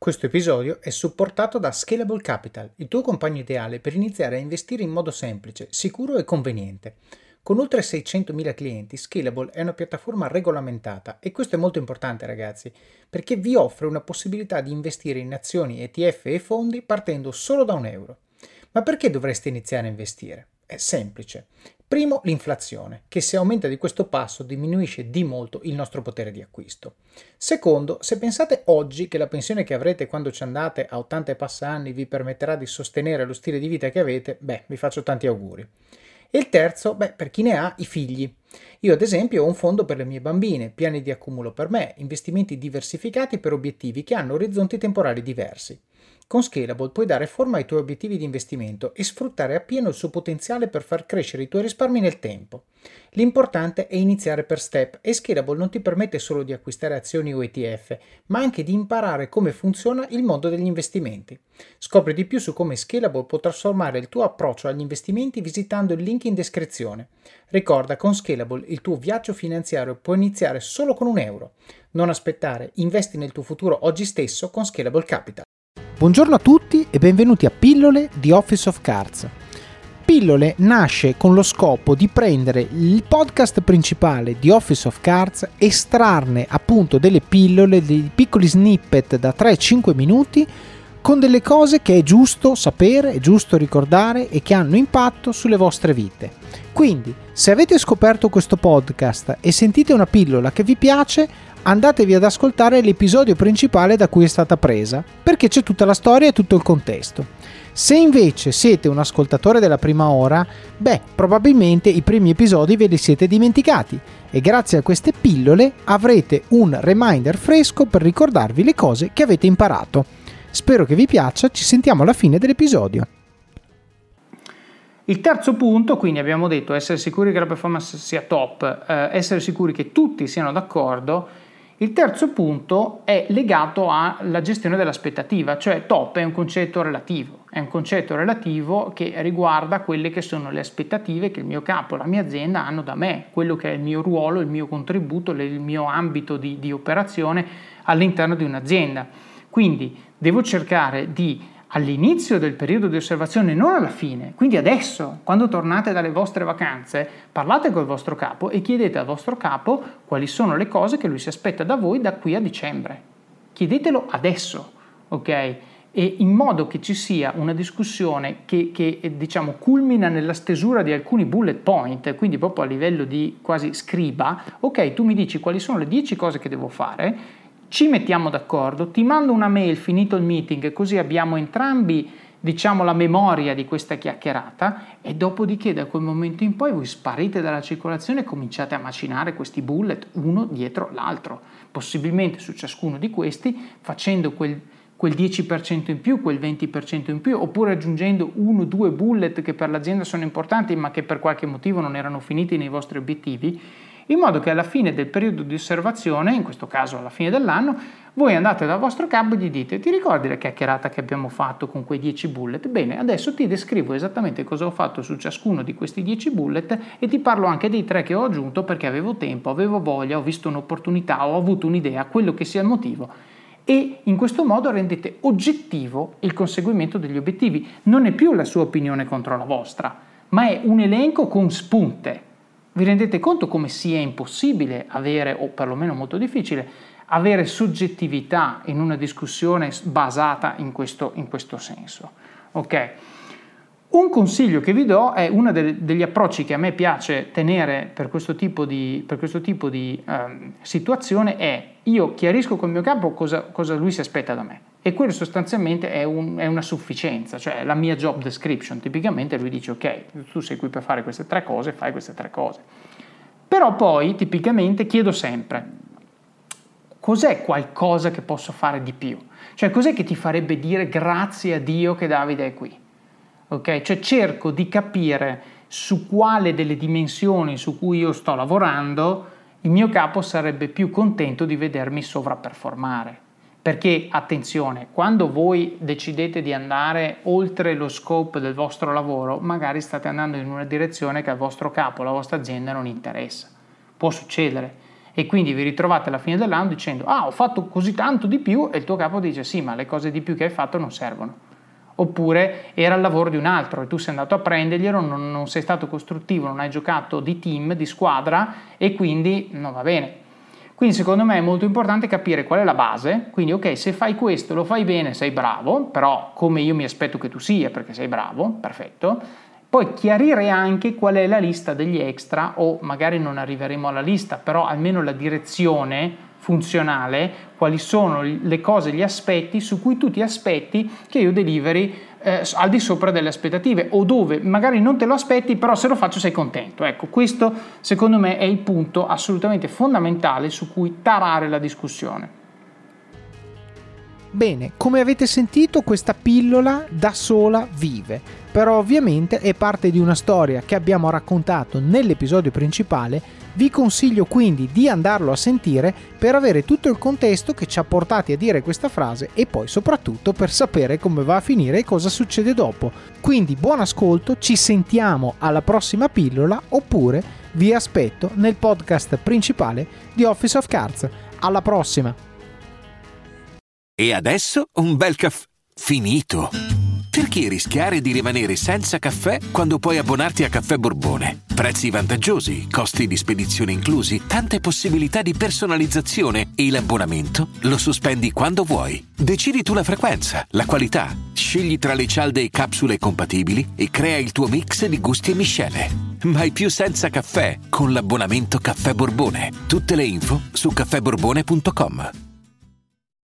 Questo episodio è supportato da Scalable Capital, il tuo compagno ideale per iniziare a investire in modo semplice, sicuro e conveniente. Con oltre 600.000 clienti, Scalable è una piattaforma regolamentata e questo è molto importante, ragazzi, perché vi offre una possibilità di investire in azioni, ETF e fondi partendo solo da €1. Ma perché dovreste iniziare a investire? È semplice. Primo, l'inflazione, che se aumenta di questo passo diminuisce di molto il nostro potere di acquisto. Secondo, se pensate oggi che la pensione che avrete quando ci andate a 80 e passa anni vi permetterà di sostenere lo stile di vita che avete, vi faccio tanti auguri. E il terzo, per chi ne ha, i figli. Io ad esempio ho un fondo per le mie bambine, piani di accumulo per me, investimenti diversificati per obiettivi che hanno orizzonti temporali diversi. Con Scalable puoi dare forma ai tuoi obiettivi di investimento e sfruttare appieno il suo potenziale per far crescere i tuoi risparmi nel tempo. L'importante è iniziare per step e Scalable non ti permette solo di acquistare azioni o ETF, ma anche di imparare come funziona il mondo degli investimenti. Scopri di più su come Scalable può trasformare il tuo approccio agli investimenti visitando il link in descrizione. Ricorda, con Scalable il tuo viaggio finanziario può iniziare solo con €1. Non aspettare, investi nel tuo futuro oggi stesso con Scalable Capital. Buongiorno a tutti e benvenuti a Pillole di Office of Cards. Pillole nasce con lo scopo di prendere il podcast principale di Office of Cards, estrarne appunto delle pillole, dei piccoli snippet da 3-5 minuti con delle cose che è giusto sapere, è giusto ricordare e che hanno impatto sulle vostre vite. Quindi, se avete scoperto questo podcast e sentite una pillola che vi piace, andatevi ad ascoltare l'episodio principale da cui è stata presa, perché c'è tutta la storia e tutto il contesto. Se invece siete un ascoltatore della prima ora, probabilmente i primi episodi ve li siete dimenticati e grazie a queste pillole avrete un reminder fresco per ricordarvi le cose che avete imparato. Spero che vi piaccia, ci sentiamo alla fine dell'episodio. Il terzo punto, quindi abbiamo detto essere sicuri che la performance sia top, essere sicuri che tutti siano d'accordo. Il terzo punto è legato alla gestione dell'aspettativa, cioè top è un concetto relativo che riguarda quelle che sono le aspettative che il mio capo, la mia azienda hanno da me, quello che è il mio ruolo, il mio contributo, il mio ambito di operazione all'interno di un'azienda. Quindi devo cercare di all'inizio del periodo di osservazione, non alla fine, quindi adesso, quando tornate dalle vostre vacanze, parlate col vostro capo e chiedete al vostro capo quali sono le cose che lui si aspetta da voi da qui a dicembre. Chiedetelo adesso, ok? E in modo che ci sia una discussione che diciamo culmina nella stesura di alcuni bullet point, quindi proprio a livello di quasi scriba, ok, tu mi dici quali sono le 10 cose che devo fare, ci mettiamo d'accordo, ti mando una mail finito il meeting, così abbiamo entrambi la memoria di questa chiacchierata e dopodiché da quel momento in poi voi sparite dalla circolazione e cominciate a macinare questi bullet uno dietro l'altro, possibilmente su ciascuno di questi facendo quel 10% in più, quel 20% in più, oppure aggiungendo 1-2 bullet che per l'azienda sono importanti ma che per qualche motivo non erano finiti nei vostri obiettivi, in modo che alla fine del periodo di osservazione, in questo caso alla fine dell'anno, voi andate dal vostro capo e gli dite: ti ricordi la chiacchierata che abbiamo fatto con quei 10 bullet? Bene, adesso ti descrivo esattamente cosa ho fatto su ciascuno di questi 10 bullet e ti parlo anche dei 3 che ho aggiunto perché avevo tempo, avevo voglia, ho visto un'opportunità, ho avuto un'idea, quello che sia il motivo. E in questo modo rendete oggettivo il conseguimento degli obiettivi. Non è più la sua opinione contro la vostra, ma è un elenco con spunte. Vi rendete conto come sia impossibile avere, o perlomeno molto difficile, avere soggettività in una discussione basata in questo senso? Ok? Un consiglio che vi do è uno degli approcci che a me piace tenere per questo tipo di situazione è: io chiarisco col mio capo cosa lui si aspetta da me e quello sostanzialmente è una sufficienza, cioè la mia job description. Tipicamente lui dice: ok, tu sei qui per fare queste 3 cose, fai queste 3 cose. Però poi tipicamente chiedo sempre: cos'è qualcosa che posso fare di più? Cioè cos'è che ti farebbe dire grazie a Dio che Davide è qui? Ok, cioè cerco di capire su quale delle dimensioni su cui io sto lavorando il mio capo sarebbe più contento di vedermi sovraperformare. Perché, attenzione, quando voi decidete di andare oltre lo scope del vostro lavoro, magari state andando in una direzione che al vostro capo, alla vostra azienda non interessa. Può succedere. e quindi vi ritrovate alla fine dell'anno dicendo ho fatto così tanto di più, e il tuo capo dice sì, ma le cose di più che hai fatto non servono. Oppure era il lavoro di un altro e tu sei andato a prenderglielo, non sei stato costruttivo, non hai giocato di team, di squadra, e quindi non va bene. Quindi secondo me è molto importante capire qual è la base. Quindi ok, se fai questo, lo fai bene, sei bravo, però come io mi aspetto che tu sia, perché sei bravo, perfetto. Poi chiarire anche qual è la lista degli extra, o magari non arriveremo alla lista, però almeno la direzione funzionale, quali sono le cose, gli aspetti su cui tu ti aspetti che io deliveri al di sopra delle aspettative, o dove magari non te lo aspetti, però se lo faccio sei contento. Ecco, questo secondo me è il punto assolutamente fondamentale su cui tarare la discussione. Bene, come avete sentito, questa pillola da sola vive, però ovviamente è parte di una storia che abbiamo raccontato nell'episodio principale. Vi consiglio quindi di andarlo a sentire per avere tutto il contesto che ci ha portati a dire questa frase, e poi soprattutto per sapere come va a finire e cosa succede dopo. Quindi buon ascolto, ci sentiamo alla prossima pillola, oppure vi aspetto nel podcast principale di Office of Cards. Alla prossima! E adesso un bel caffè finito. Perché rischiare di rimanere senza caffè quando puoi abbonarti a Caffè Borbone? Prezzi vantaggiosi, costi di spedizione inclusi, tante possibilità di personalizzazione, e l'abbonamento lo sospendi quando vuoi. Decidi tu la frequenza, la qualità, scegli tra le cialde e capsule compatibili e crea il tuo mix di gusti e miscele. Mai più senza caffè con l'abbonamento Caffè Borbone. Tutte le info su caffèborbone.com.